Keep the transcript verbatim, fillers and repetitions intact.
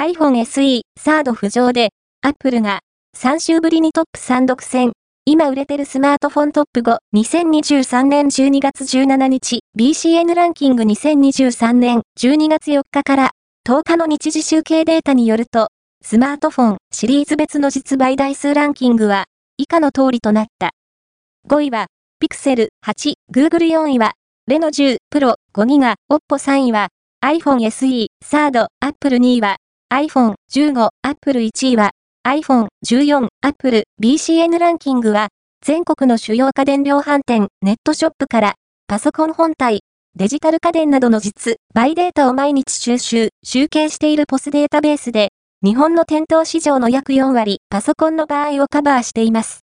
iPhone エスイー サード浮上で、Apple がさん週ぶりにトップさん独占。今売れてるスマートフォントップご、にせんにじゅうさんねんじゅうにがつじゅうしちにち、ビーシーエヌ ランキングにせんにじゅうさんねんじゅうにがつよっかからとおかの日時集計データによると、スマートフォンシリーズ別の実売台数ランキングは以下の通りとなった。ごいは Pixel はち、Google よんいは Reno じゅう Pro ごギガ、Oppo さんいは iPhone エスイー サード、Apple にいは iPhone じゅうご、Apple いちいはiPhone じゅうよん、Apple、ビーシーエヌ ランキングは、全国の主要家電量販店、ネットショップから、パソコン本体、デジタル家電などの実、売データを毎日収集、集計しているポスデータベースで、日本の店頭市場の約よんわり、パソコンの場合をカバーしています。